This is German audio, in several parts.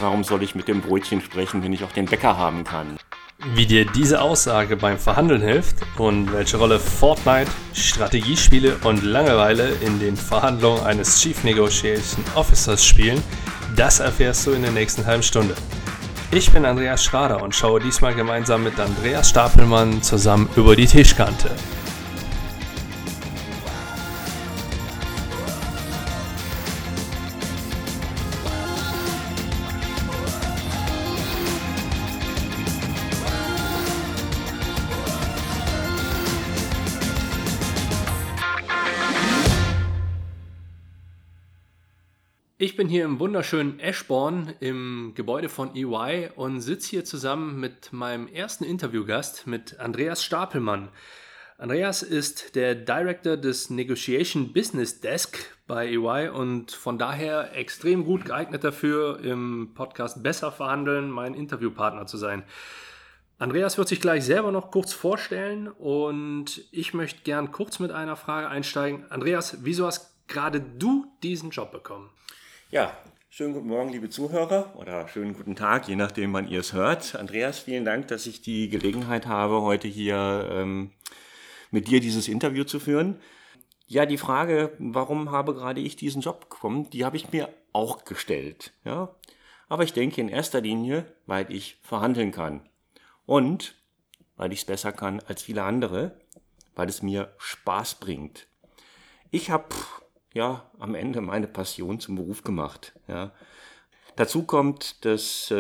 warum soll ich mit dem Brötchen sprechen, wenn ich auch den Bäcker haben kann? Wie dir diese Aussage beim Verhandeln hilft und welche Rolle Fortnite, Strategiespiele und Langeweile in den Verhandlungen eines Chief Negotiation Officers spielen, das erfährst du in der nächsten halben Stunde. Ich bin Andreas Schrader und schaue diesmal gemeinsam mit Andreas Stapelmann zusammen über die Tischkante. Ich bin hier im wunderschönen Eschborn im Gebäude von EY und sitze hier zusammen mit meinem ersten Interviewgast, mit Andreas Stapelmann. Andreas ist der Director des Negotiation Business Desk bei EY und von daher extrem gut geeignet dafür, im Podcast Besser verhandeln, mein Interviewpartner zu sein. Andreas wird sich gleich selber noch kurz vorstellen und ich möchte gern kurz mit einer Frage einsteigen. Andreas, wieso hast gerade du diesen Job bekommen? Ja, schönen guten Morgen, liebe Zuhörer, oder schönen guten Tag, je nachdem, wann ihr es hört. Andreas, vielen Dank, dass ich die Gelegenheit habe, heute hier mit dir dieses Interview zu führen. Ja, die Frage, warum habe gerade ich diesen Job bekommen, die habe ich mir auch gestellt. Ja? Aber ich denke in erster Linie, weil ich verhandeln kann und weil ich es besser kann als viele andere, weil es mir Spaß bringt. Ich habe am Ende meine Passion zum Beruf gemacht. Ja. Dazu kommt, dass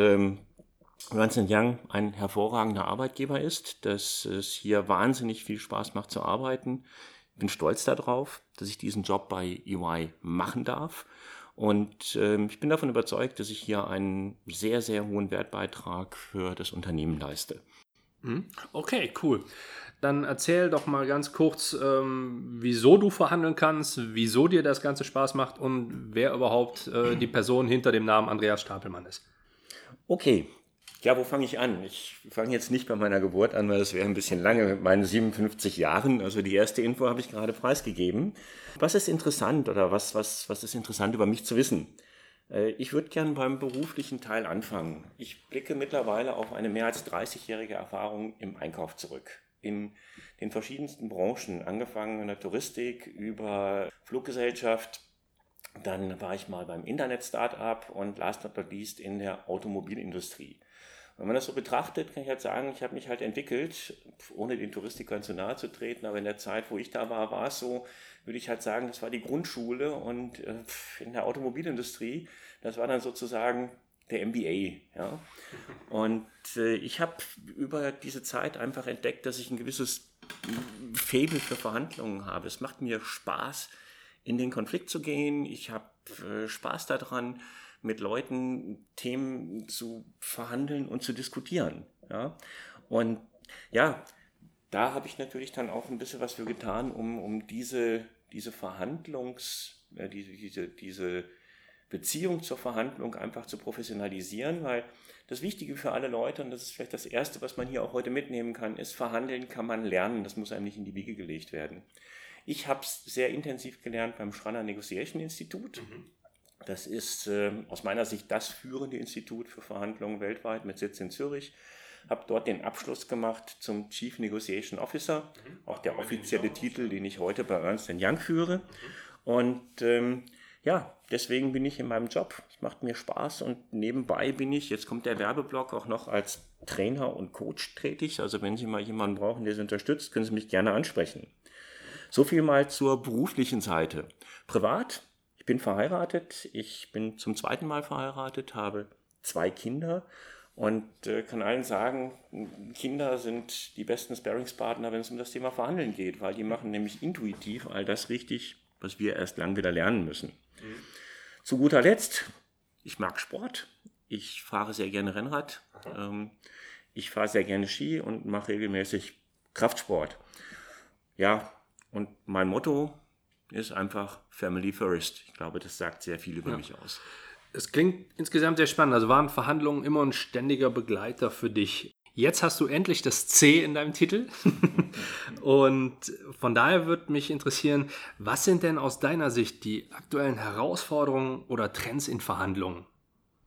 Ernst & Young ein hervorragender Arbeitgeber ist, dass es hier wahnsinnig viel Spaß macht zu arbeiten. Ich bin stolz darauf, dass ich diesen Job bei EY machen darf. Und ich bin davon überzeugt, dass ich hier einen sehr, sehr hohen Wertbeitrag für das Unternehmen leiste. Okay, cool. Dann erzähl doch mal ganz kurz, wieso du verhandeln kannst, wieso dir das Ganze Spaß macht und wer überhaupt die Person hinter dem Namen Andreas Stapelmann ist. Okay, ja, wo fange ich an? Ich fange jetzt nicht bei meiner Geburt an, weil das wäre ein bisschen lange mit meinen 57 Jahren. Also die erste Info habe ich gerade preisgegeben. Was ist interessant oder was ist interessant über mich zu wissen? Ich würde gerne beim beruflichen Teil anfangen. Ich blicke mittlerweile auf eine mehr als 30-jährige Erfahrung im Einkauf zurück. In den verschiedensten Branchen, angefangen in der Touristik über Fluggesellschaft, dann war ich mal beim Internet-Startup und last but not least in der Automobilindustrie. Wenn man das so betrachtet, kann ich halt sagen, ich habe mich halt entwickelt, ohne den Touristikern zu nahe zu treten, aber in der Zeit, wo ich da war, war es so, würde ich halt sagen, das war die Grundschule und in der Automobilindustrie, das war dann sozusagen der MBA. Ja? Und ich habe über diese Zeit einfach entdeckt, dass ich ein gewisses Faible für Verhandlungen habe. Es macht mir Spaß, in den Konflikt zu gehen. Ich habe Spaß daran, mit Leuten Themen zu verhandeln und zu diskutieren. Ja? Und ja, da habe ich natürlich dann auch ein bisschen was für getan, um diese diese Beziehung zur Verhandlung einfach zu professionalisieren, weil das Wichtige für alle Leute, und das ist vielleicht das Erste, was man hier auch heute mitnehmen kann, ist, verhandeln kann man lernen, das muss einem nicht in die Wiege gelegt werden. Ich habe es sehr intensiv gelernt beim Schranner Negotiation Institut. Das ist aus meiner Sicht das führende Institut für Verhandlungen weltweit mit Sitz in Zürich. Habe dort den Abschluss gemacht zum Chief Negotiation Officer, auch der offizielle Titel, den ich heute bei Ernst & Young führe. Und deswegen bin ich in meinem Job. Es macht mir Spaß und nebenbei bin ich, jetzt kommt der Werbeblock, auch noch als Trainer und Coach tätig. Also wenn Sie mal jemanden brauchen, der Sie unterstützt, können Sie mich gerne ansprechen. So viel mal zur beruflichen Seite. Privat, ich bin verheiratet. Ich bin zum zweiten Mal verheiratet, habe 2 Kinder und kann allen sagen, Kinder sind die besten Sparringspartner, wenn es um das Thema Verhandeln geht, weil die machen nämlich intuitiv all das richtig, was wir erst lang wieder lernen müssen. Zu guter Letzt, ich mag Sport, ich fahre sehr gerne Rennrad, ich fahre sehr gerne Ski und mache regelmäßig Kraftsport. Ja, und mein Motto ist einfach Family First. Ich glaube, das sagt sehr viel über mich aus. Es klingt insgesamt sehr spannend. Also waren Verhandlungen immer ein ständiger Begleiter für dich. Jetzt hast du endlich das C in deinem Titel. Und von daher würde mich interessieren, was sind denn aus deiner Sicht die aktuellen Herausforderungen oder Trends in Verhandlungen?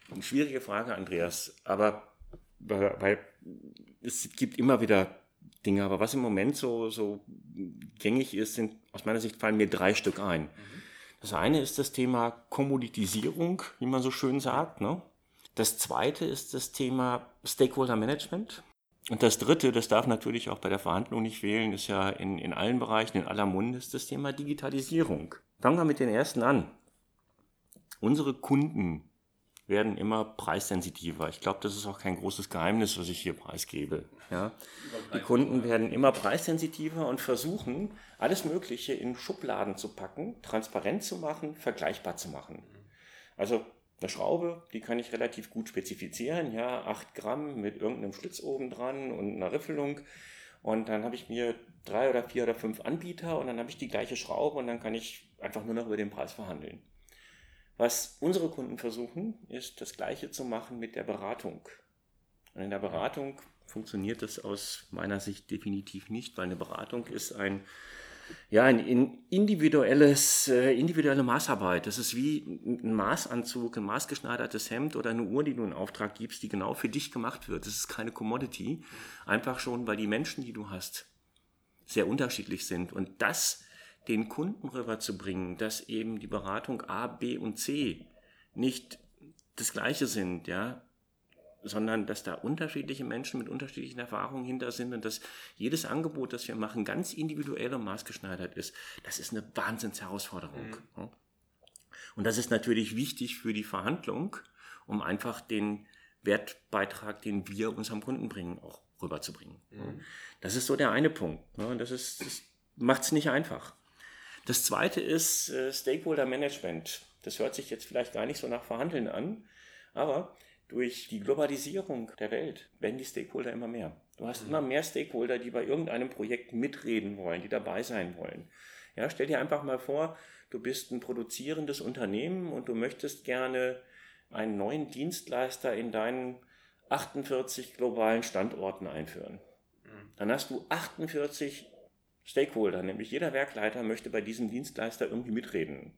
Eine schwierige Frage, Andreas, aber weil es gibt immer wieder Dinge, aber was im Moment so gängig ist, sind aus meiner Sicht fallen mir 3 Stück ein. Das eine ist das Thema Kommoditisierung, wie man so schön sagt, ne? Das zweite ist das Thema Stakeholder Management. Und das dritte, das darf natürlich auch bei der Verhandlung nicht fehlen, ist ja in allen Bereichen, in aller Munde, ist das Thema Digitalisierung. Fangen wir mit den ersten an. Unsere Kunden werden immer preissensitiver. Ich glaube, das ist auch kein großes Geheimnis, was ich hier preisgebe. Ja? Die Kunden werden immer preissensitiver und versuchen, alles Mögliche in Schubladen zu packen, transparent zu machen, vergleichbar zu machen. Also eine Schraube, die kann ich relativ gut spezifizieren, ja, 8 Gramm mit irgendeinem Schlitz oben dran und einer Riffelung. Und dann habe ich mir 3 oder 4 oder 5 Anbieter und dann habe ich die gleiche Schraube und dann kann ich einfach nur noch über den Preis verhandeln. Was unsere Kunden versuchen, ist das Gleiche zu machen mit der Beratung. Und in der Beratung funktioniert das aus meiner Sicht definitiv nicht, weil eine Beratung ist eine individuelle Maßarbeit. Das ist wie ein Maßanzug, ein maßgeschneidertes Hemd oder eine Uhr, die du in Auftrag gibst, die genau für dich gemacht wird. Das ist keine Commodity, einfach schon, weil die Menschen, die du hast, sehr unterschiedlich sind. Und das den Kunden rüberzubringen, dass eben die Beratung A, B und C nicht das Gleiche sind, ja, sondern dass da unterschiedliche Menschen mit unterschiedlichen Erfahrungen hinter sind und dass jedes Angebot, das wir machen, ganz individuell und maßgeschneidert ist. Das ist eine Wahnsinnsherausforderung. Mhm. Und das ist natürlich wichtig für die Verhandlung, um einfach den Wertbeitrag, den wir unserem Kunden bringen, auch rüberzubringen. Mhm. Das ist so der eine Punkt. Und das macht es nicht einfach. Das zweite ist Stakeholder Management. Das hört sich jetzt vielleicht gar nicht so nach Verhandeln an, aber durch die Globalisierung der Welt werden die Stakeholder immer mehr. Du hast immer mehr Stakeholder, die bei irgendeinem Projekt mitreden wollen, die dabei sein wollen. Ja, stell dir einfach mal vor, du bist ein produzierendes Unternehmen und du möchtest gerne einen neuen Dienstleister in deinen 48 globalen Standorten einführen. Dann hast du 48 Stakeholder, nämlich jeder Werkleiter möchte bei diesem Dienstleister irgendwie mitreden.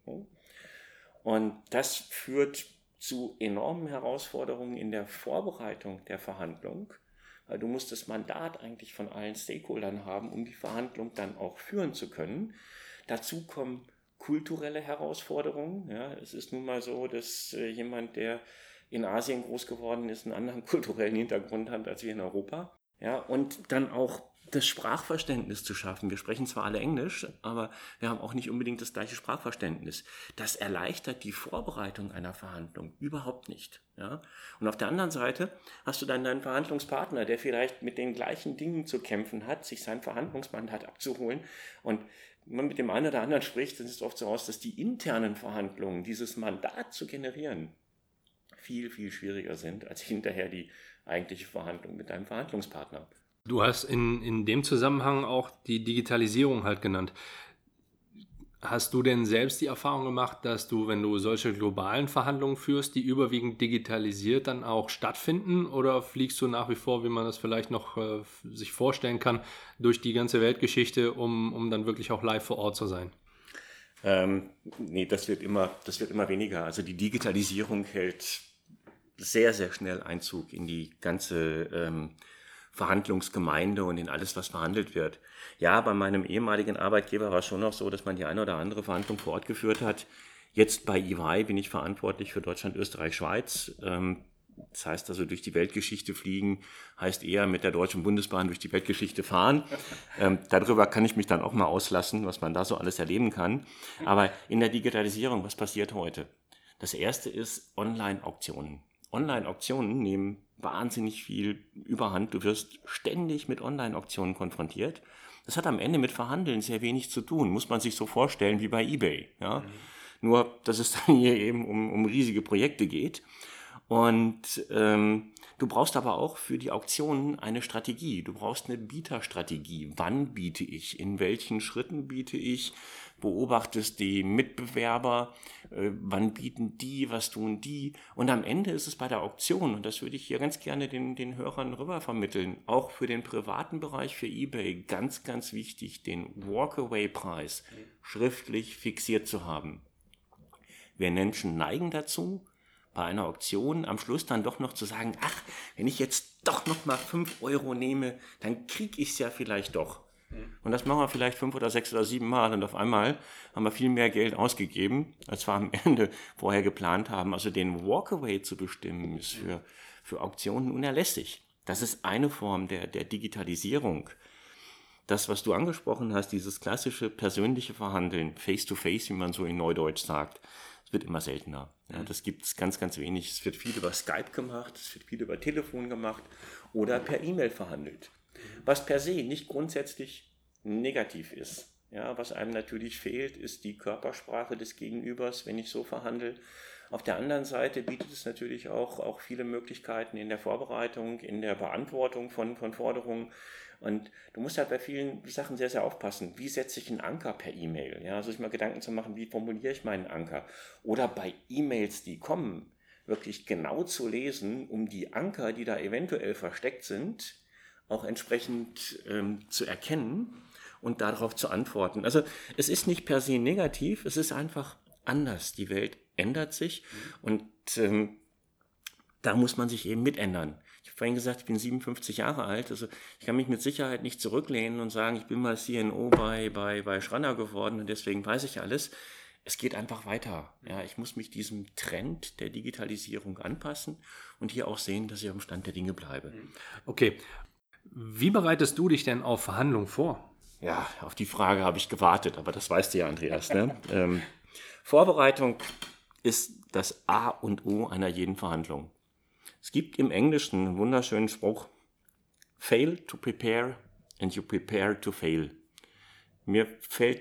Und das führt zu enormen Herausforderungen in der Vorbereitung der Verhandlung, weil du musst das Mandat eigentlich von allen Stakeholdern haben, um die Verhandlung dann auch führen zu können. Dazu kommen kulturelle Herausforderungen. Ja, es ist nun mal so, dass jemand, der in Asien groß geworden ist, einen anderen kulturellen Hintergrund hat als wir in Europa. Ja, und dann auch das Sprachverständnis zu schaffen. Wir sprechen zwar alle Englisch, aber wir haben auch nicht unbedingt das gleiche Sprachverständnis. Das erleichtert die Vorbereitung einer Verhandlung überhaupt nicht. Ja? Und auf der anderen Seite hast du dann deinen Verhandlungspartner, der vielleicht mit den gleichen Dingen zu kämpfen hat, sich sein Verhandlungsmandat abzuholen. Und wenn man mit dem einen oder anderen spricht, dann ist es oft so aus, dass die internen Verhandlungen, dieses Mandat zu generieren, viel, viel schwieriger sind als hinterher die eigentliche Verhandlung mit deinem Verhandlungspartner. Du hast in dem Zusammenhang auch die Digitalisierung halt genannt. Hast du denn selbst die Erfahrung gemacht, dass du, wenn du solche globalen Verhandlungen führst, die überwiegend digitalisiert dann auch stattfinden? Oder fliegst du nach wie vor, wie man das vielleicht noch sich vorstellen kann, durch die ganze Weltgeschichte, um dann wirklich auch live vor Ort zu sein? Nee, das wird immer weniger. Also die Digitalisierung hält sehr, sehr schnell Einzug in die ganze Verhandlungsgemeinde und in alles, was verhandelt wird. Ja, bei meinem ehemaligen Arbeitgeber war es schon noch so, dass man die eine oder andere Verhandlung vor Ort geführt hat. Jetzt bei EY bin ich verantwortlich für Deutschland, Österreich, Schweiz. Das heißt also, durch die Weltgeschichte fliegen heißt eher mit der Deutschen Bundesbahn durch die Weltgeschichte fahren. Darüber kann ich mich dann auch mal auslassen, was man da so alles erleben kann. Aber in der Digitalisierung, was passiert heute? Das erste ist Online-Auktionen. Online-Auktionen nehmen wahnsinnig viel Überhand. Du wirst ständig mit Online-Auktionen konfrontiert. Das hat am Ende mit Verhandeln sehr wenig zu tun. Muss man sich so vorstellen wie bei eBay. Ja? Nur, dass es dann hier eben um riesige Projekte geht. Und du brauchst aber auch für die Auktionen eine Strategie. Du brauchst eine Bieterstrategie. Wann biete ich? In welchen Schritten biete ich? Beobachtest die Mitbewerber? Wann bieten die? Was tun die? Und am Ende ist es bei der Auktion, und das würde ich hier ganz gerne den Hörern rüber vermitteln, auch für den privaten Bereich, für eBay, ganz, ganz wichtig, den Walkaway-Preis schriftlich fixiert zu haben. Wir Menschen neigen dazu, bei einer Auktion am Schluss dann doch noch zu sagen, ach, wenn ich jetzt doch noch mal 5 Euro nehme, dann kriege ich es ja vielleicht doch. Und das machen wir vielleicht 5 oder 6 oder 7 Mal und auf einmal haben wir viel mehr Geld ausgegeben, als wir am Ende vorher geplant haben. Also den Walkaway zu bestimmen, ist für Auktionen unerlässlich. Das ist eine Form der Digitalisierung. Das, was du angesprochen hast, dieses klassische persönliche Verhandeln, face-to-face, wie man so in Neudeutsch sagt, das wird immer seltener. Ja, das gibt es ganz, ganz wenig. Es wird viel über Skype gemacht, es wird viel über Telefon gemacht oder per E-Mail verhandelt. Was per se nicht grundsätzlich negativ ist. Ja, was einem natürlich fehlt, ist die Körpersprache des Gegenübers, wenn ich so verhandle. Auf der anderen Seite bietet es natürlich auch viele Möglichkeiten in der Vorbereitung, in der Beantwortung von Forderungen. Und du musst halt bei vielen Sachen sehr, sehr aufpassen. Wie setze ich einen Anker per E-Mail? Ja, also sich mal Gedanken zu machen, wie formuliere ich meinen Anker? Oder bei E-Mails, die kommen, wirklich genau zu lesen, um die Anker, die da eventuell versteckt sind, auch entsprechend zu erkennen und darauf zu antworten. Also es ist nicht per se negativ, es ist einfach anders. Die Welt ändert sich und da muss man sich eben mitändern. Ich habe vorhin gesagt, ich bin 57 Jahre alt, also ich kann mich mit Sicherheit nicht zurücklehnen und sagen, ich bin mal CNO bei Schranner geworden und deswegen weiß ich alles. Es geht einfach weiter. Ja, ich muss mich diesem Trend der Digitalisierung anpassen und hier auch sehen, dass ich auf dem Stand der Dinge bleibe. Okay. Wie bereitest du dich denn auf Verhandlungen vor? Ja, auf die Frage habe ich gewartet, aber das weißt du ja, Andreas. Ne? Vorbereitung ist das A und O einer jeden Verhandlung. Es gibt im Englischen einen wunderschönen Spruch: Fail to prepare and you prepare to fail. Mir fällt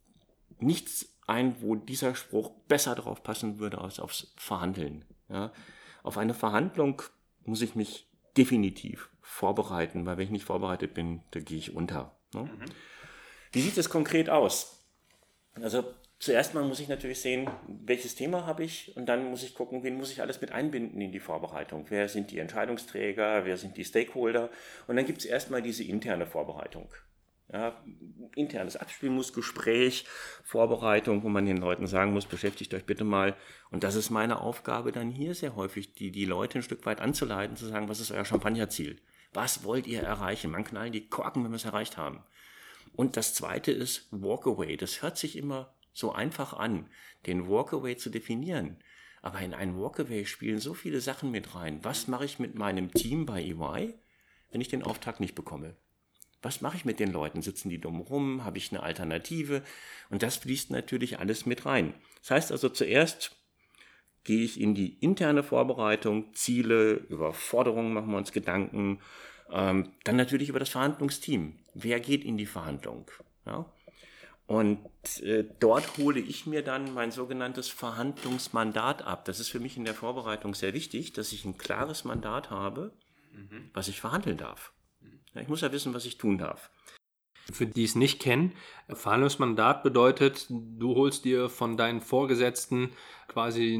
nichts ein, wo dieser Spruch besser drauf passen würde als aufs Verhandeln. Ja? Auf eine Verhandlung muss ich mich definitiv vorbereiten, weil wenn ich nicht vorbereitet bin, da gehe ich unter. Ne? Wie sieht es konkret aus? Also zuerst mal muss ich natürlich sehen, welches Thema habe ich und dann muss ich gucken, wen muss ich alles mit einbinden in die Vorbereitung. Wer sind die Entscheidungsträger, wer sind die Stakeholder? Und dann gibt es erstmal diese interne Vorbereitung. Ja, internes Abstimmungsgespräch, Vorbereitung, wo man den Leuten sagen muss, beschäftigt euch bitte mal. Und das ist meine Aufgabe dann hier sehr häufig, die Leute ein Stück weit anzuleiten, zu sagen, was ist euer Champagnerziel? Was wollt ihr erreichen? Man knallt die Korken, wenn wir es erreicht haben. Und das Zweite ist Walkaway. Das hört sich immer so einfach an, den Walkaway zu definieren. Aber in einen Walkaway spielen so viele Sachen mit rein. Was mache ich mit meinem Team bei EY, wenn ich den Auftrag nicht bekomme? Was mache ich mit den Leuten? Sitzen die dumm rum? Habe ich eine Alternative? Und das fließt natürlich alles mit rein. Das heißt also, zuerst gehe ich in die interne Vorbereitung, Ziele, über Forderungen machen wir uns Gedanken, dann natürlich über das Verhandlungsteam. Wer geht in die Verhandlung? Ja? Und dort hole ich mir dann mein sogenanntes Verhandlungsmandat ab. Das ist für mich in der Vorbereitung sehr wichtig, dass ich ein klares Mandat habe, was ich verhandeln darf. Ich muss ja wissen, was ich tun darf. Für die es nicht kennen, Verhandlungsmandat bedeutet, du holst dir von deinen Vorgesetzten quasi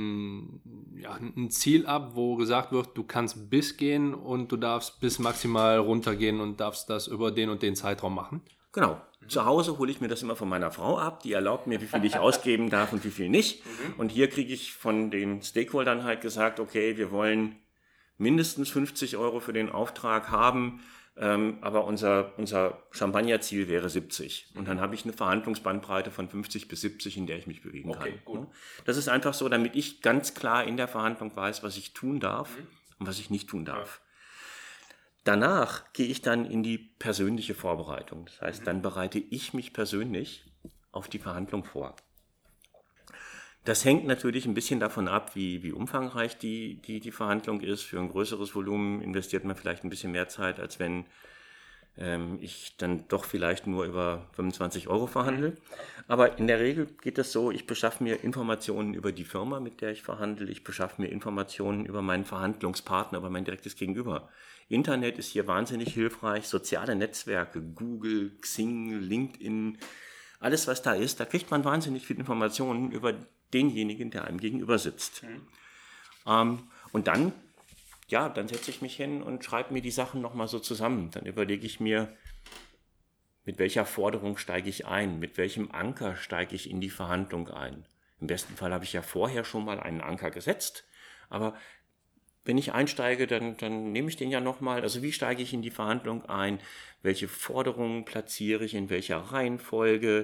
ein Ziel ab, wo gesagt wird, du kannst bis gehen und du darfst bis maximal runtergehen und darfst das über den und den Zeitraum machen. Genau. Zu Hause hole ich mir das immer von meiner Frau ab, die erlaubt mir, wie viel ich ausgeben darf und wie viel nicht. Und hier kriege ich von den Stakeholdern halt gesagt, okay, wir wollen mindestens 50 Euro für den Auftrag haben, aber unser Champagnerziel wäre 70. Und dann habe ich eine Verhandlungsbandbreite von 50 bis 70, in der ich mich bewegen kann. Gut. Das ist einfach so, damit ich ganz klar in der Verhandlung weiß, was ich tun darf und was ich nicht tun darf. Danach gehe ich dann in die persönliche Vorbereitung. Das heißt, dann bereite ich mich persönlich auf die Verhandlung vor. Das hängt natürlich ein bisschen davon ab, wie umfangreich die Verhandlung ist. Für ein größeres Volumen investiert man vielleicht ein bisschen mehr Zeit, als wenn ich dann doch vielleicht nur über 25 Euro verhandle. Aber in der Regel geht es so, ich beschaffe mir Informationen über die Firma, mit der ich verhandle. Ich beschaffe mir Informationen über meinen Verhandlungspartner, über mein direktes Gegenüber. Internet ist hier wahnsinnig hilfreich. Soziale Netzwerke, Google, Xing, LinkedIn, alles was da ist, da kriegt man wahnsinnig viel Informationen über denjenigen, der einem gegenüber sitzt. Und dann setze ich mich hin und schreibe mir die Sachen nochmal so zusammen. Dann überlege ich mir, mit welcher Forderung steige ich ein, mit welchem Anker steige ich in die Verhandlung ein. Im besten Fall habe ich ja vorher schon mal einen Anker gesetzt Aber wenn ich einsteige, dann nehme ich den ja nochmal. Also wie steige ich in die Verhandlung ein? Welche Forderungen platziere ich? In welcher Reihenfolge?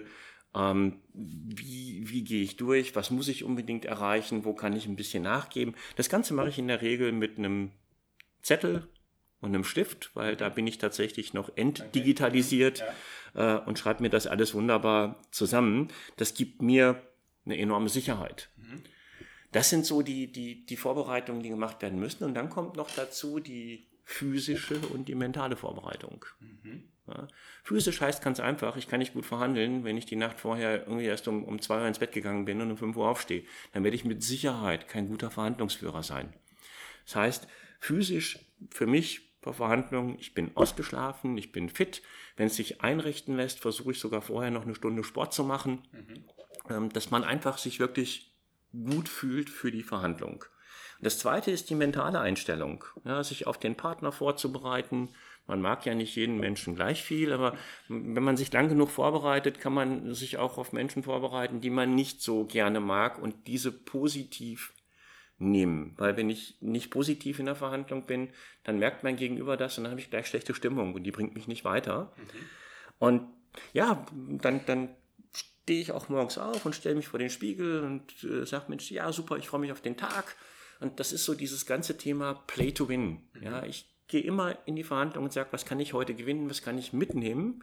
Wie gehe ich durch? Was muss ich unbedingt erreichen? Wo kann ich ein bisschen nachgeben? Das Ganze mache ich in der Regel mit einem Zettel und einem Stift, weil da bin ich tatsächlich noch entdigitalisiert und schreibe mir das alles wunderbar zusammen. Das gibt mir eine enorme Sicherheit. Das sind so die Vorbereitungen, die gemacht werden müssen. Und dann kommt noch dazu die physische und die mentale Vorbereitung. Ja. Physisch heißt ganz einfach, ich kann nicht gut verhandeln, wenn ich die Nacht vorher irgendwie erst um 2 Uhr ins Bett gegangen bin und um 5 Uhr aufstehe. Dann werde ich mit Sicherheit kein guter Verhandlungsführer sein. Das heißt, physisch für mich vor Verhandlungen, ich bin ausgeschlafen, ich bin fit. Wenn es sich einrichten lässt, versuche ich sogar vorher noch eine Stunde Sport zu machen, dass man einfach sich wirklich gut fühlt für die Verhandlung. Und das Zweite ist die mentale Einstellung, ja, sich auf den Partner vorzubereiten. Man mag ja nicht jeden Menschen gleich viel, aber wenn man sich lang genug vorbereitet, kann man sich auch auf Menschen vorbereiten, die man nicht so gerne mag und diese positiv nehmen. Weil wenn ich nicht positiv in der Verhandlung bin, dann merkt mein Gegenüber das und dann habe ich gleich schlechte Stimmung und die bringt mich nicht weiter. Und ja, dann stehe ich auch morgens auf und stelle mich vor den Spiegel und sage, Mensch, ja super, ich freue mich auf den Tag. Und das ist so dieses ganze Thema Play to Win. Ja, ich gehe immer in die Verhandlung und sage, was kann ich heute gewinnen, was kann ich mitnehmen,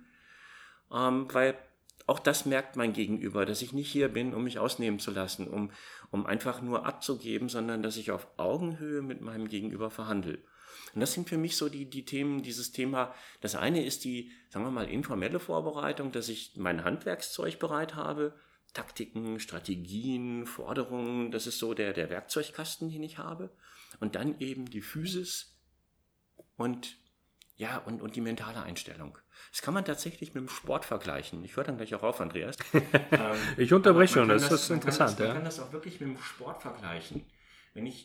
weil auch das merkt mein Gegenüber, dass ich nicht hier bin, um mich ausnehmen zu lassen, um einfach nur abzugeben, sondern dass ich auf Augenhöhe mit meinem Gegenüber verhandle. Und das sind für mich so die Themen, dieses Thema. Das eine ist die, sagen wir mal, informelle Vorbereitung, dass ich mein Handwerkszeug bereit habe, Taktiken, Strategien, Forderungen, das ist so der Werkzeugkasten, den ich habe. Und dann eben die Physis und die mentale Einstellung. Das kann man tatsächlich mit dem Sport vergleichen. Ich höre dann gleich auch auf, Andreas. Ich unterbreche schon, das ist interessant. Man kann das auch wirklich mit dem Sport vergleichen. Wenn ich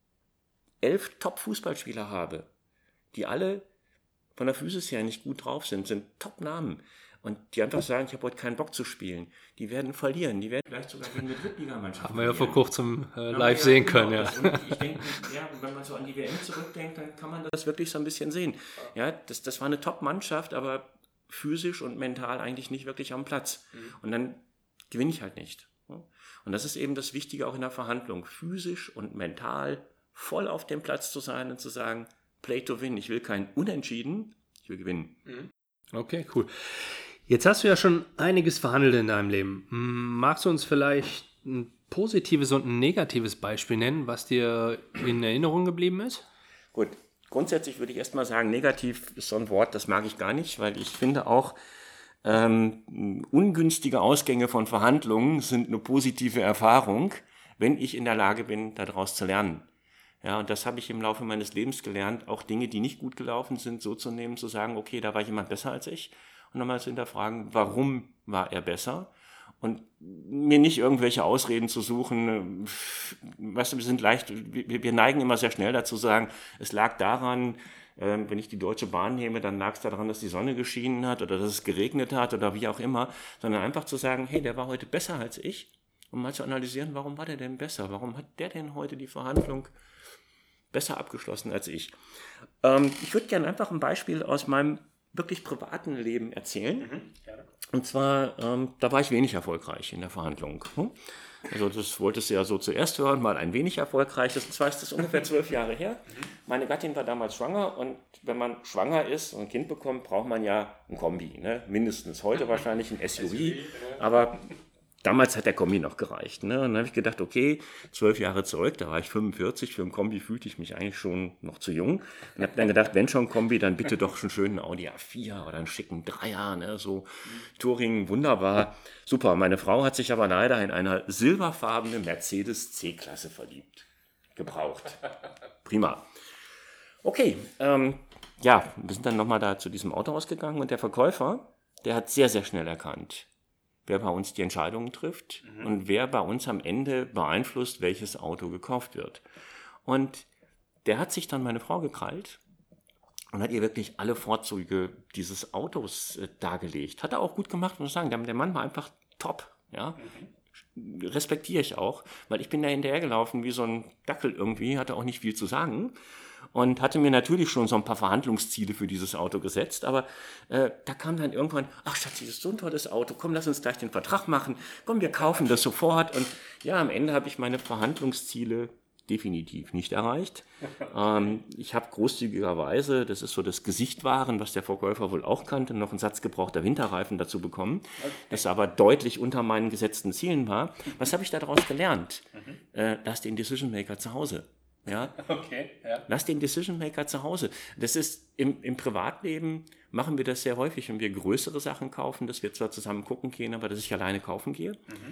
11 Top-Fußballspieler habe, die alle von der Physis her nicht gut drauf sind Top-Namen und die einfach sagen, ich habe heute keinen Bock zu spielen, die werden verlieren, die werden vielleicht sogar gegen eine Drittligamannschaft Haben wir ja vor kurzem live sehen können. Ja. Und ich denke, wenn man so an die WM zurückdenkt, dann kann man das wirklich so ein bisschen sehen. Ja, das war eine Top-Mannschaft, aber physisch und mental eigentlich nicht wirklich am Platz. Und dann gewinne ich halt nicht. Und das ist eben das Wichtige auch in der Verhandlung, physisch und mental voll auf dem Platz zu sein und zu sagen, Play to Win, ich will kein Unentschieden, ich will gewinnen. Okay, cool. Jetzt hast du ja schon einiges verhandelt in deinem Leben. Magst du uns vielleicht ein positives und ein negatives Beispiel nennen, was dir in Erinnerung geblieben ist? Gut, grundsätzlich würde ich erstmal sagen, negativ ist so ein Wort, das mag ich gar nicht, weil ich finde auch, ungünstige Ausgänge von Verhandlungen sind eine positive Erfahrung, wenn ich in der Lage bin, daraus zu lernen. Ja, und das habe ich im Laufe meines Lebens gelernt, auch Dinge, die nicht gut gelaufen sind, so zu nehmen, zu sagen, okay, da war jemand besser als ich. Und nochmal zu hinterfragen, warum war er besser? Und mir nicht irgendwelche Ausreden zu suchen. Weißt du, wir neigen immer sehr schnell dazu zu sagen, es lag daran, wenn ich die Deutsche Bahn nehme, dann lag es daran, dass die Sonne geschienen hat oder dass es geregnet hat oder wie auch immer. Sondern einfach zu sagen, hey, der war heute besser als ich. Und mal zu analysieren, warum war der denn besser? Warum hat der denn heute die Verhandlung besser abgeschlossen als ich? Ich würde gerne einfach ein Beispiel aus meinem wirklich privaten Leben erzählen. Und zwar, da war ich wenig erfolgreich in der Verhandlung. Also das wolltest du ja so zuerst hören, mal ein wenig erfolgreich. Und zwar ist das ungefähr 12 Jahre her. Meine Gattin war damals schwanger und wenn man schwanger ist und ein Kind bekommt, braucht man ja ein Kombi. Ne? Mindestens heute wahrscheinlich ein SUV, aber damals hat der Kombi noch gereicht. Ne? Und dann habe ich gedacht, okay, 12 Jahre zurück, da war ich 45, für ein Kombi fühlte ich mich eigentlich schon noch zu jung. Und habe dann gedacht, wenn schon Kombi, dann bitte doch schon schön einen Audi A4 oder einen schicken Dreier, ne? So Touring, wunderbar, super. Meine Frau hat sich aber leider in einer silberfarbene Mercedes C-Klasse verliebt. Gebraucht. Prima. Okay, wir sind dann nochmal da zu diesem Autohaus gegangen und der Verkäufer, der hat sehr, sehr schnell erkannt, wer bei uns die Entscheidungen trifft und wer bei uns am Ende beeinflusst, welches Auto gekauft wird. Und der hat sich dann meine Frau gekrallt und hat ihr wirklich alle Vorzüge dieses Autos dargelegt. Hat er auch gut gemacht, muss ich sagen. Der Mann war einfach top. Ja? respektiere ich auch, weil ich bin da hinterhergelaufen wie so ein Dackel irgendwie, hatte auch nicht viel zu sagen und hatte mir natürlich schon so ein paar Verhandlungsziele für dieses Auto gesetzt, aber da kam dann irgendwann, ach Schatz, das ist so ein tolles Auto, komm, lass uns gleich den Vertrag machen, komm, wir kaufen das sofort und ja, am Ende habe ich meine Verhandlungsziele definitiv nicht erreicht. Ich habe großzügigerweise, das ist so das Gesichtwahren, was der Verkäufer wohl auch kannte, noch einen Satz gebrauchter Winterreifen dazu bekommen, das aber deutlich unter meinen gesetzten Zielen war. Was habe ich daraus gelernt? Lass den Decision Maker zu Hause. Ja? Okay, ja. Lass den Decision Maker zu Hause. Das ist im Privatleben machen wir das sehr häufig, wenn wir größere Sachen kaufen, dass wir zwar zusammen gucken gehen, aber dass ich alleine kaufen gehe.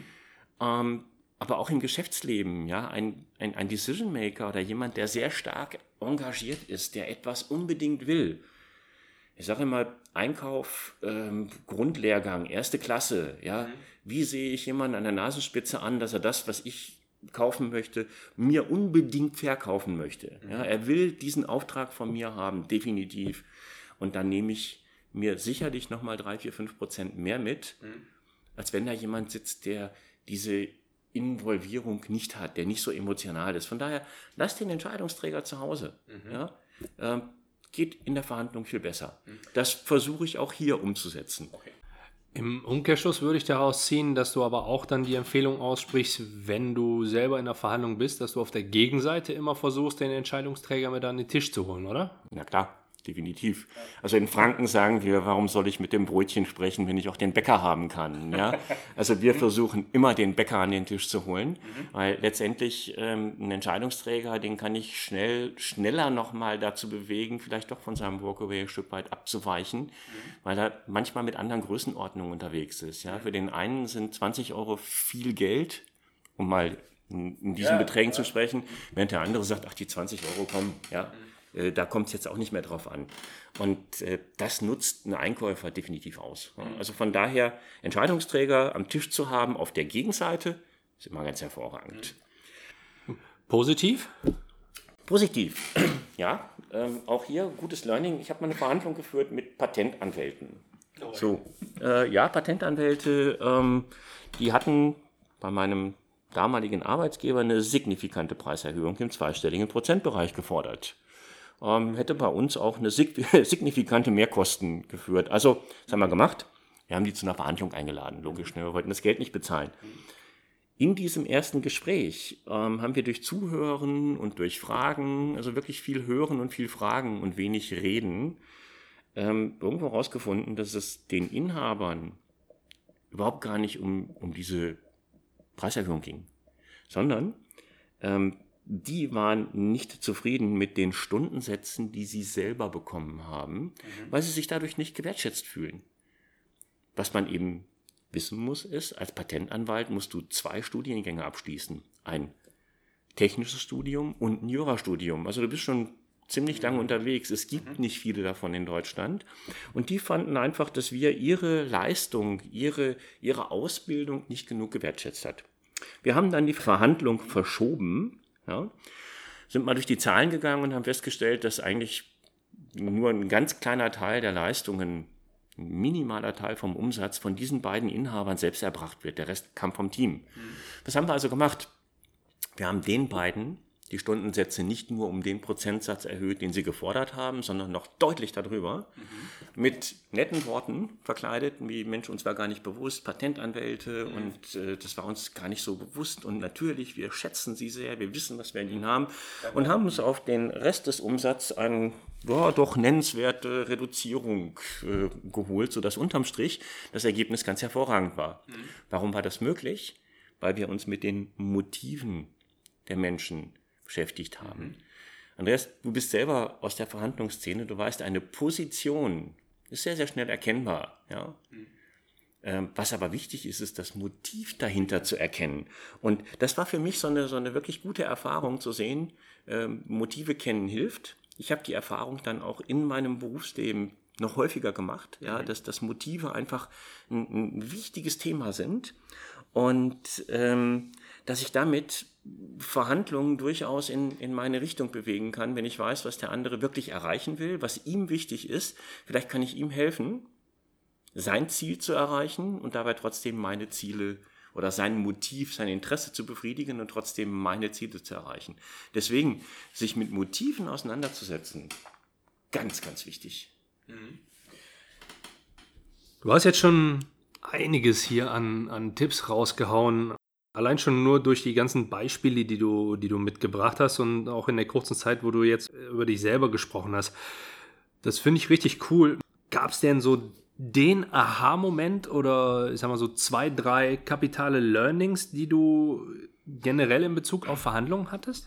Aber auch im Geschäftsleben, ja, ein Decision Maker oder jemand, der sehr stark engagiert ist, der etwas unbedingt will. Ich sage immer, Einkauf, Grundlehrgang, 1. Klasse, ja. Wie sehe ich jemanden an der Nasenspitze an, dass er das, was ich kaufen möchte, mir unbedingt verkaufen möchte. Ja, er will diesen Auftrag von mir haben, definitiv. Und dann nehme ich mir sicherlich nochmal 3, 4, 5% mehr mit, als wenn da jemand sitzt, der diese Involvierung nicht hat, der nicht so emotional ist. Von daher, lasst den Entscheidungsträger zu Hause. Ja? Geht in der Verhandlung viel besser. Das versuche ich auch hier umzusetzen. Okay. Im Umkehrschluss würde ich daraus ziehen, dass du aber auch dann die Empfehlung aussprichst, wenn du selber in der Verhandlung bist, dass du auf der Gegenseite immer versuchst, den Entscheidungsträger mit an den Tisch zu holen, oder? Na klar, definitiv. Also in Franken sagen wir, warum soll ich mit dem Brötchen sprechen, wenn ich auch den Bäcker haben kann? Ja? Also wir versuchen immer den Bäcker an den Tisch zu holen, weil letztendlich ein Entscheidungsträger, den kann ich schneller nochmal dazu bewegen, vielleicht doch von seinem Walkaway ein Stück weit abzuweichen, weil er manchmal mit anderen Größenordnungen unterwegs ist. Ja? Für den einen sind 20 Euro viel Geld, um mal in diesen Beträgen zu sprechen, während der andere sagt, ach, die 20 Euro kommen, ja. Da kommt es jetzt auch nicht mehr drauf an. Und das nutzt ein Einkäufer definitiv aus. Also von daher, Entscheidungsträger am Tisch zu haben auf der Gegenseite, ist immer ganz hervorragend. Positiv? Positiv, ja. Auch hier gutes Learning. Ich habe mal eine Verhandlung geführt mit Patentanwälten. So, Patentanwälte, die hatten bei meinem damaligen Arbeitgeber eine signifikante Preiserhöhung im zweistelligen Prozentbereich gefordert. Hätte bei uns auch eine signifikante Mehrkosten geführt. Also, was haben wir gemacht? Wir haben die zu einer Verhandlung eingeladen, logisch, ne? Wir wollten das Geld nicht bezahlen. In diesem ersten Gespräch haben wir durch Zuhören und durch Fragen, also wirklich viel Hören und viel Fragen und wenig Reden, irgendwo herausgefunden, dass es den Inhabern überhaupt gar nicht um diese Preiserhöhung ging, sondern die waren nicht zufrieden mit den Stundensätzen, die sie selber bekommen haben, weil sie sich dadurch nicht gewertschätzt fühlen. Was man eben wissen muss, ist, als Patentanwalt musst du 2 Studiengänge abschließen. Ein technisches Studium und ein Jurastudium. Also du bist schon ziemlich lange unterwegs. Es gibt nicht viele davon in Deutschland. Und die fanden einfach, dass wir ihre Leistung, ihre Ausbildung nicht genug gewertschätzt hat. Wir haben dann die Verhandlung verschoben, ja, sind mal durch die Zahlen gegangen und haben festgestellt, dass eigentlich nur ein ganz kleiner Teil der Leistungen, ein minimaler Teil vom Umsatz von diesen beiden Inhabern selbst erbracht wird. Der Rest kam vom Team. Was haben wir also gemacht? Wir haben den beiden die Stundensätze nicht nur um den Prozentsatz erhöht, den sie gefordert haben, sondern noch deutlich darüber, mit netten Worten verkleidet, wie Mensch, uns war gar nicht bewusst, Patentanwälte und das war uns gar nicht so bewusst und natürlich, wir schätzen sie sehr, wir wissen, was wir in ihnen haben und haben uns auf den Rest des Umsatzes eine doch nennenswerte Reduzierung geholt, sodass unterm Strich das Ergebnis ganz hervorragend war. Warum war das möglich? Weil wir uns mit den Motiven der Menschen beschäftigt haben. Andreas, du bist selber aus der Verhandlungsszene, du weißt, eine Position ist sehr, sehr schnell erkennbar. Ja? Was aber wichtig ist, ist das Motiv dahinter zu erkennen. Und das war für mich so eine wirklich gute Erfahrung zu sehen, Motive kennen hilft. Ich habe die Erfahrung dann auch in meinem Berufsleben noch häufiger gemacht, ja, dass Motive einfach ein wichtiges Thema sind und dass ich damit Verhandlungen durchaus in meine Richtung bewegen kann, wenn ich weiß, was der andere wirklich erreichen will, was ihm wichtig ist. Vielleicht kann ich ihm helfen, sein Ziel zu erreichen und dabei trotzdem meine Ziele oder sein Motiv, sein Interesse zu befriedigen und trotzdem meine Ziele zu erreichen. Deswegen, sich mit Motiven auseinanderzusetzen, ganz, ganz wichtig. Du hast jetzt schon einiges hier an Tipps rausgehauen. Allein schon nur durch die ganzen Beispiele, die du mitgebracht hast und auch in der kurzen Zeit, wo du jetzt über dich selber gesprochen hast. Das finde ich richtig cool. Gab es denn so den Aha-Moment oder ich sag mal so 2, 3 kapitale Learnings, die du generell in Bezug auf Verhandlungen hattest?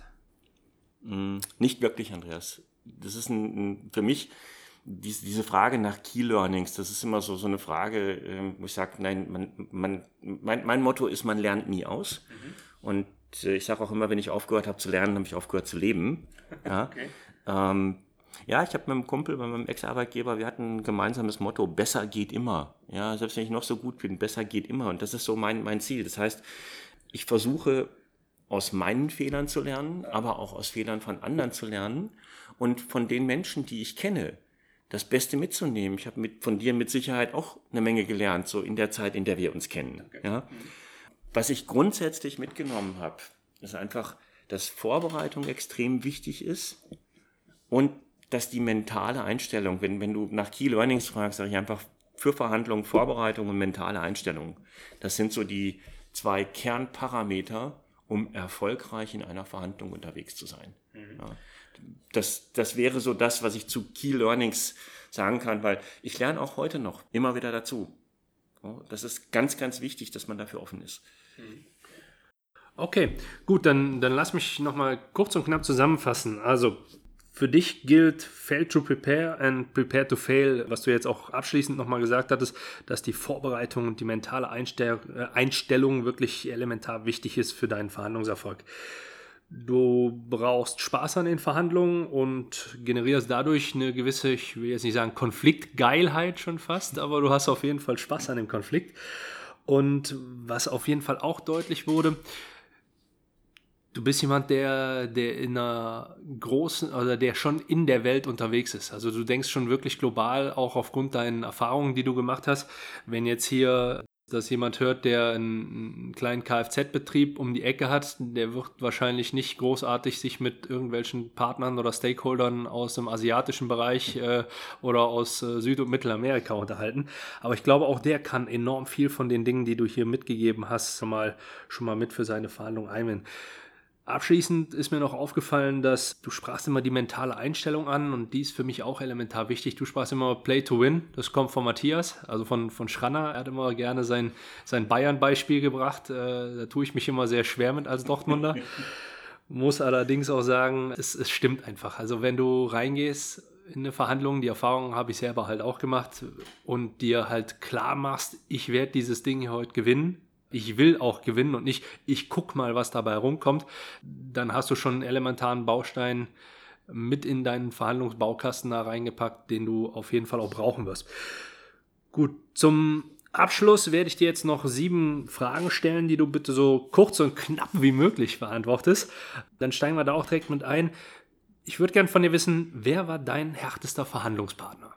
Nicht wirklich, Andreas. Das ist für mich diese Frage nach Key Learnings, das ist immer so eine Frage, wo ich sage, nein, mein Motto ist, man lernt nie aus. Und ich sage auch immer, wenn ich aufgehört habe zu lernen, habe ich aufgehört zu leben. Ja, okay. Ja, ich habe mit einem Kumpel, bei meinem Ex-Arbeitgeber, wir hatten ein gemeinsames Motto, besser geht immer. Ja, selbst wenn ich noch so gut bin, besser geht immer. Und das ist so mein Ziel. Das heißt, ich versuche aus meinen Fehlern zu lernen, aber auch aus Fehlern von anderen zu lernen und von den Menschen, die ich kenne, das Beste mitzunehmen. Ich habe von dir mit Sicherheit auch eine Menge gelernt, so in der Zeit, in der wir uns kennen. Okay. Ja? Was ich grundsätzlich mitgenommen habe, ist einfach, dass Vorbereitung extrem wichtig ist und dass die mentale Einstellung, wenn du nach Key Learnings fragst, sage ich einfach, für Verhandlungen, Vorbereitung und mentale Einstellung, das sind so die 2 Kernparameter, um erfolgreich in einer Verhandlung unterwegs zu sein. Ja. Das wäre so das, was ich zu Key Learnings sagen kann, weil ich lerne auch heute noch immer wieder dazu. Das ist ganz, ganz wichtig, dass man dafür offen ist. Okay, gut, dann lass mich nochmal kurz und knapp zusammenfassen. Also für dich gilt Fail to Prepare and Prepare to Fail, was du jetzt auch abschließend nochmal gesagt hattest, dass die Vorbereitung und die mentale Einstellung wirklich elementar wichtig ist für deinen Verhandlungserfolg. Du brauchst Spaß an den Verhandlungen und generierst dadurch eine gewisse, ich will jetzt nicht sagen Konfliktgeilheit schon fast, aber du hast auf jeden Fall Spaß an dem Konflikt. Und was auf jeden Fall auch deutlich wurde, du bist jemand, der in einer großen, oder der schon in der Welt unterwegs ist. Also du denkst schon wirklich global, auch aufgrund deinen Erfahrungen, die du gemacht hast. Wenn jetzt hier dass jemand hört, der einen kleinen Kfz-Betrieb um die Ecke hat, der wird wahrscheinlich nicht großartig sich mit irgendwelchen Partnern oder Stakeholdern aus dem asiatischen Bereich oder aus Süd- und Mittelamerika unterhalten. Aber ich glaube, auch der kann enorm viel von den Dingen, die du hier mitgegeben hast, schon mal mit für seine Verhandlung einwenden. Abschließend ist mir noch aufgefallen, dass du sprachst immer die mentale Einstellung an und die ist für mich auch elementar wichtig. Du sprachst immer Play to Win, das kommt von Matthias, also von Schranner. Er hat immer gerne sein Bayern-Beispiel gebracht. Da tue ich mich immer sehr schwer mit als Dortmunder. Muss allerdings auch sagen, es stimmt einfach. Also wenn du reingehst in eine Verhandlung, die Erfahrung habe ich selber halt auch gemacht und dir halt klar machst, ich werde dieses Ding hier heute gewinnen. Ich will auch gewinnen und nicht, ich guck mal, was dabei rumkommt, dann hast du schon einen elementaren Baustein mit in deinen Verhandlungsbaukasten da reingepackt, den du auf jeden Fall auch brauchen wirst. Gut, zum Abschluss werde ich dir jetzt noch 7 Fragen stellen, die du bitte so kurz und knapp wie möglich beantwortest. Dann steigen wir da auch direkt mit ein. Ich würde gerne von dir wissen, wer war dein härtester Verhandlungspartner?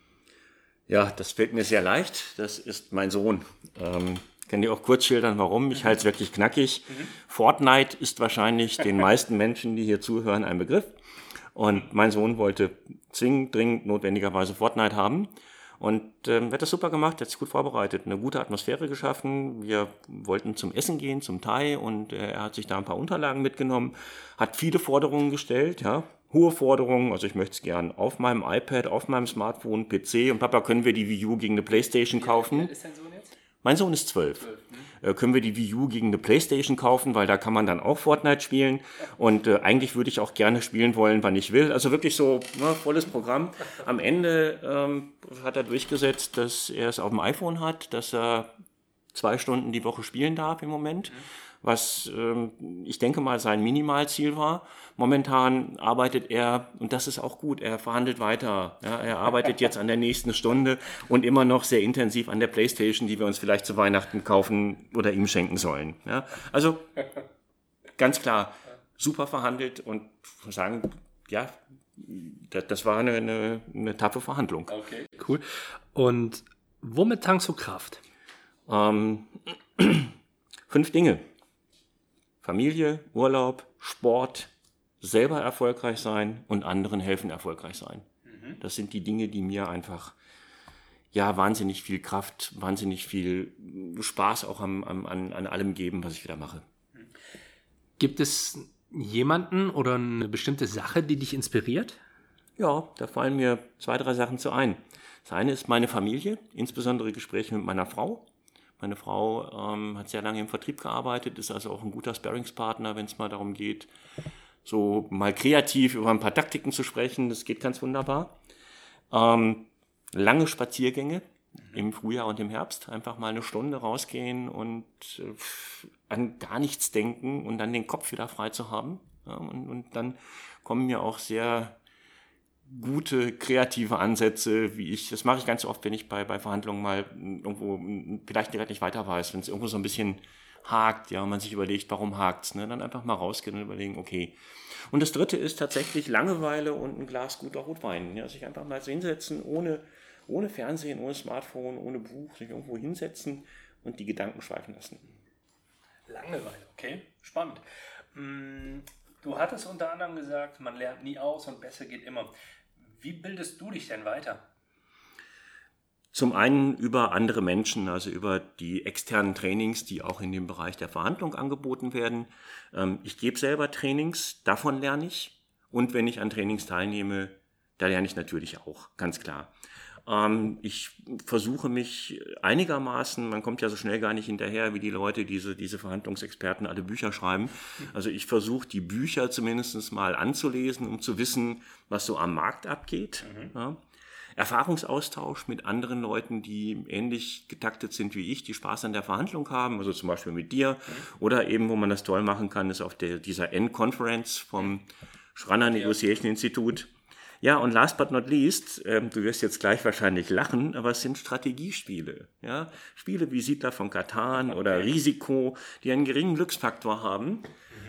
Ja, das fällt mir sehr leicht. Das ist mein Sohn. Ich kann dir auch kurz schildern, warum. Ich halte es wirklich knackig. Fortnite ist wahrscheinlich den meisten Menschen, die hier zuhören, ein Begriff. Und mein Sohn wollte zwingend, dringend, notwendigerweise Fortnite haben. Und hat das super gemacht, hat sich gut vorbereitet, eine gute Atmosphäre geschaffen. Wir wollten zum Essen gehen, zum Thai, und er hat sich da ein paar Unterlagen mitgenommen, hat viele Forderungen gestellt, ja, hohe Forderungen. Also ich möchte es gern auf meinem iPad, auf meinem Smartphone, PC. Und Papa, können wir die Wii U gegen eine Playstation kaufen? Wie alt ist dein Sohn jetzt? Mein Sohn ist 12. Können wir die Wii U gegen eine Playstation kaufen, weil da kann man dann auch Fortnite spielen. Und eigentlich würde ich auch gerne spielen wollen, wann ich will. Also wirklich so volles Programm. Am Ende hat er durchgesetzt, dass er es auf dem iPhone hat, dass er 2 Stunden die Woche spielen darf im Moment. Was ich denke mal sein Minimalziel war. Momentan arbeitet er, und das ist auch gut, er verhandelt weiter. Ja, er arbeitet jetzt an der nächsten Stunde und immer noch sehr intensiv an der Playstation, die wir uns vielleicht zu Weihnachten kaufen oder ihm schenken sollen. Ja, also ganz klar, super verhandelt und sagen, ja, das war eine taffe Verhandlung. Okay, cool. Und womit tankst du Kraft? 5 Dinge. Familie, Urlaub, Sport, selber erfolgreich sein und anderen helfen, erfolgreich sein. Das sind die Dinge, die mir einfach wahnsinnig viel Kraft, wahnsinnig viel Spaß auch an allem geben, was ich wieder mache. Gibt es jemanden oder eine bestimmte Sache, die dich inspiriert? Ja, da fallen mir 2, 3 Sachen zu ein. Das eine ist meine Familie, insbesondere Gespräche mit meiner Frau. Meine Frau hat sehr lange im Vertrieb gearbeitet, ist also auch ein guter Sparringspartner, wenn es mal darum geht, so mal kreativ über ein paar Taktiken zu sprechen. Das geht ganz wunderbar. Lange Spaziergänge im Frühjahr und im Herbst. Einfach mal eine Stunde rausgehen und an gar nichts denken und dann den Kopf wieder frei zu haben. Ja, und dann kommen mir auch sehr gute kreative Ansätze, das mache ich ganz oft, wenn ich bei Verhandlungen mal irgendwo vielleicht direkt nicht weiter weiß, wenn es irgendwo so ein bisschen hakt, und man sich überlegt, warum hakt's, ne? Dann einfach mal rausgehen und überlegen, okay. Und das dritte ist tatsächlich Langeweile und ein Glas guter Rotwein, sich einfach mal so hinsetzen, ohne Fernsehen, ohne Smartphone, ohne Buch, sich irgendwo hinsetzen und die Gedanken schweifen lassen. Langeweile, okay, spannend. Du hattest unter anderem gesagt, man lernt nie aus und besser geht immer. Wie bildest du dich denn weiter? Zum einen über andere Menschen, also über die externen Trainings, die auch in dem Bereich der Verhandlung angeboten werden. Ich gebe selber Trainings, davon lerne ich. Und wenn ich an Trainings teilnehme, da lerne ich natürlich auch, ganz klar. Ich versuche mich einigermaßen, man kommt ja so schnell gar nicht hinterher, wie die Leute, diese Verhandlungsexperten alle Bücher schreiben. Also ich versuche die Bücher zumindest mal anzulesen, um zu wissen, was so am Markt abgeht. Ja. Erfahrungsaustausch mit anderen Leuten, die ähnlich getaktet sind wie ich, die Spaß an der Verhandlung haben, also zum Beispiel mit dir. Oder eben, wo man das toll machen kann, ist auf dieser N-Conference vom Schranner Negotiation Institute. Ja, und last but not least, du wirst jetzt gleich wahrscheinlich lachen, aber es sind Strategiespiele. Ja? Spiele wie Siedler von Catan oder Risiko, die einen geringen Glücksfaktor haben,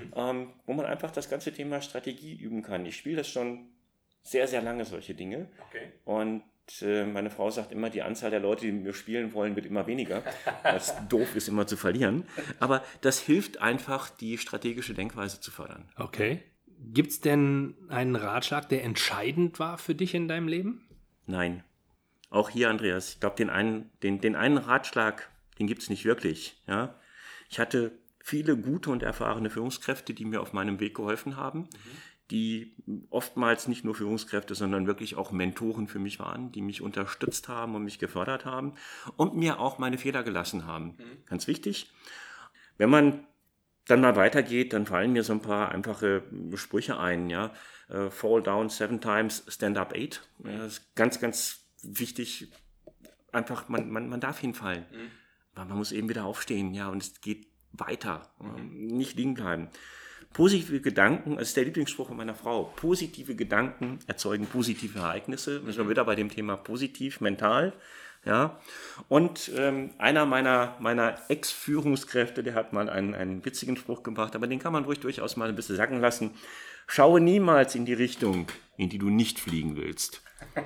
wo man einfach das ganze Thema Strategie üben kann. Ich spiele das schon sehr, sehr lange, solche Dinge. Okay. Und meine Frau sagt immer, die Anzahl der Leute, die mit mir spielen wollen, wird immer weniger. Was doof ist, immer zu verlieren. Aber das hilft einfach, die strategische Denkweise zu fördern. Okay. Gibt es denn einen Ratschlag, der entscheidend war für dich in deinem Leben? Nein. Auch hier, Andreas, ich glaube, den einen Ratschlag, den gibt es nicht wirklich. Ja? Ich hatte viele gute und erfahrene Führungskräfte, die mir auf meinem Weg geholfen haben, die oftmals nicht nur Führungskräfte, sondern wirklich auch Mentoren für mich waren, die mich unterstützt haben und mich gefördert haben und mir auch meine Fehler gelassen haben. Ganz wichtig. Wenn man dann mal weitergeht, dann fallen mir so ein paar einfache Sprüche ein. Ja? Fall down 7 times, stand up 8. Ja, das ist ganz, ganz wichtig. Einfach, man darf hinfallen. Aber man muss eben wieder aufstehen. Ja, und es geht weiter. Nicht liegen bleiben. Positive Gedanken, das ist der Lieblingsspruch meiner Frau. Positive Gedanken erzeugen positive Ereignisse. Wir sind wieder bei dem Thema positiv, mental. Ja, und einer meiner Ex-Führungskräfte, der hat mal einen witzigen Spruch gebracht, aber den kann man ruhig durchaus mal ein bisschen sacken lassen. Schaue niemals in die Richtung, in die du nicht fliegen willst.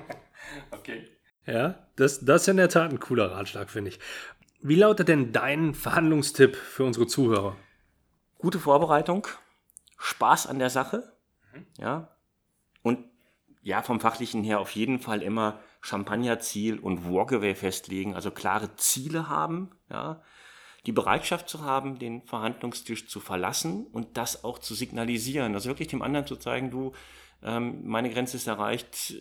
Okay. Ja, das ist in der Tat ein cooler Ratschlag, finde ich. Wie lautet denn dein Verhandlungstipp für unsere Zuhörer? Gute Vorbereitung, Spaß an der Sache, ja, und ja, vom Fachlichen her auf jeden Fall immer Champagnerziel und Walkaway festlegen, also klare Ziele haben, ja, die Bereitschaft zu haben, den Verhandlungstisch zu verlassen und das auch zu signalisieren, also wirklich dem anderen zu zeigen, du, meine Grenze ist erreicht,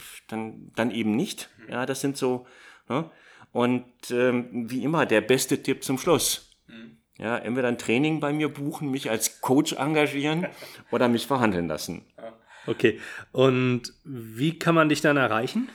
dann eben nicht, ja, das sind so, ne? Und wie immer, der beste Tipp zum Schluss, ja, entweder ein Training bei mir buchen, mich als Coach engagieren oder mich verhandeln lassen. Okay, und wie kann man dich dann erreichen?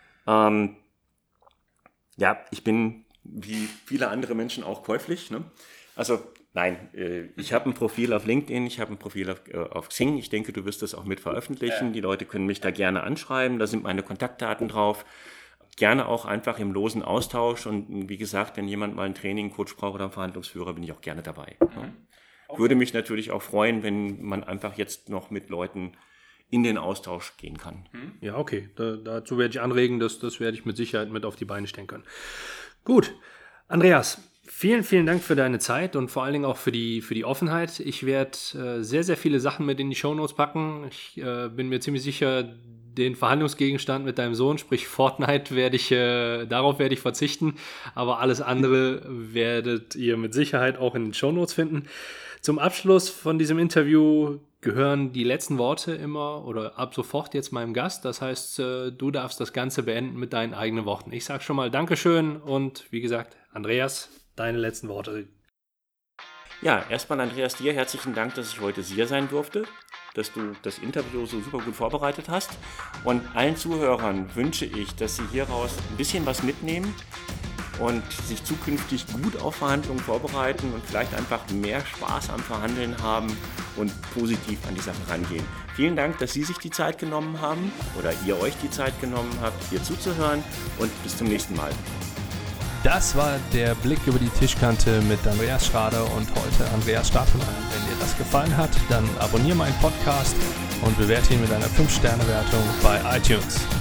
Ja, ich bin wie viele andere Menschen auch käuflich. Ne? Also nein, ich habe ein Profil auf LinkedIn, ich habe ein Profil auf Xing. Ich denke, du wirst das auch mit veröffentlichen. Die Leute können mich da gerne anschreiben, da sind meine Kontaktdaten drauf. Gerne auch einfach im losen Austausch. Und wie gesagt, wenn jemand mal ein Training, Coach braucht oder einen Verhandlungsführer, bin ich auch gerne dabei. Ne? Okay. Würde mich natürlich auch freuen, wenn man einfach jetzt noch mit Leuten in den Austausch gehen kann. Ja, okay. Dazu werde ich anregen, das werde ich mit Sicherheit mit auf die Beine stellen können. Gut. Andreas, Vielen, vielen Dank für deine Zeit und vor allen Dingen auch für die Offenheit. Ich werde sehr, sehr viele Sachen mit in die Shownotes packen. Ich bin mir ziemlich sicher, den Verhandlungsgegenstand mit deinem Sohn, sprich Fortnite, darauf werde ich verzichten. Aber alles andere werdet ihr mit Sicherheit auch in den Shownotes finden. Zum Abschluss von diesem Interview gehören die letzten Worte immer oder ab sofort jetzt meinem Gast. Das heißt, du darfst das Ganze beenden mit deinen eigenen Worten. Ich sage schon mal Dankeschön und wie gesagt, Andreas, deine letzten Worte. Ja, erstmal Andreas, dir herzlichen Dank, dass ich heute hier sein durfte, dass du das Interview so super gut vorbereitet hast. Und allen Zuhörern wünsche ich, dass sie hieraus ein bisschen was mitnehmen und sich zukünftig gut auf Verhandlungen vorbereiten und vielleicht einfach mehr Spaß am Verhandeln haben und positiv an die Sache rangehen. Vielen Dank, dass Sie sich die Zeit genommen haben oder ihr euch die Zeit genommen habt, hier zuzuhören und bis zum nächsten Mal. Das war der Blick über die Tischkante mit Andreas Schrader und heute Andreas Stapelmann. Wenn dir das gefallen hat, dann abonniere meinen Podcast und bewerte ihn mit einer 5-Sterne-Wertung bei iTunes.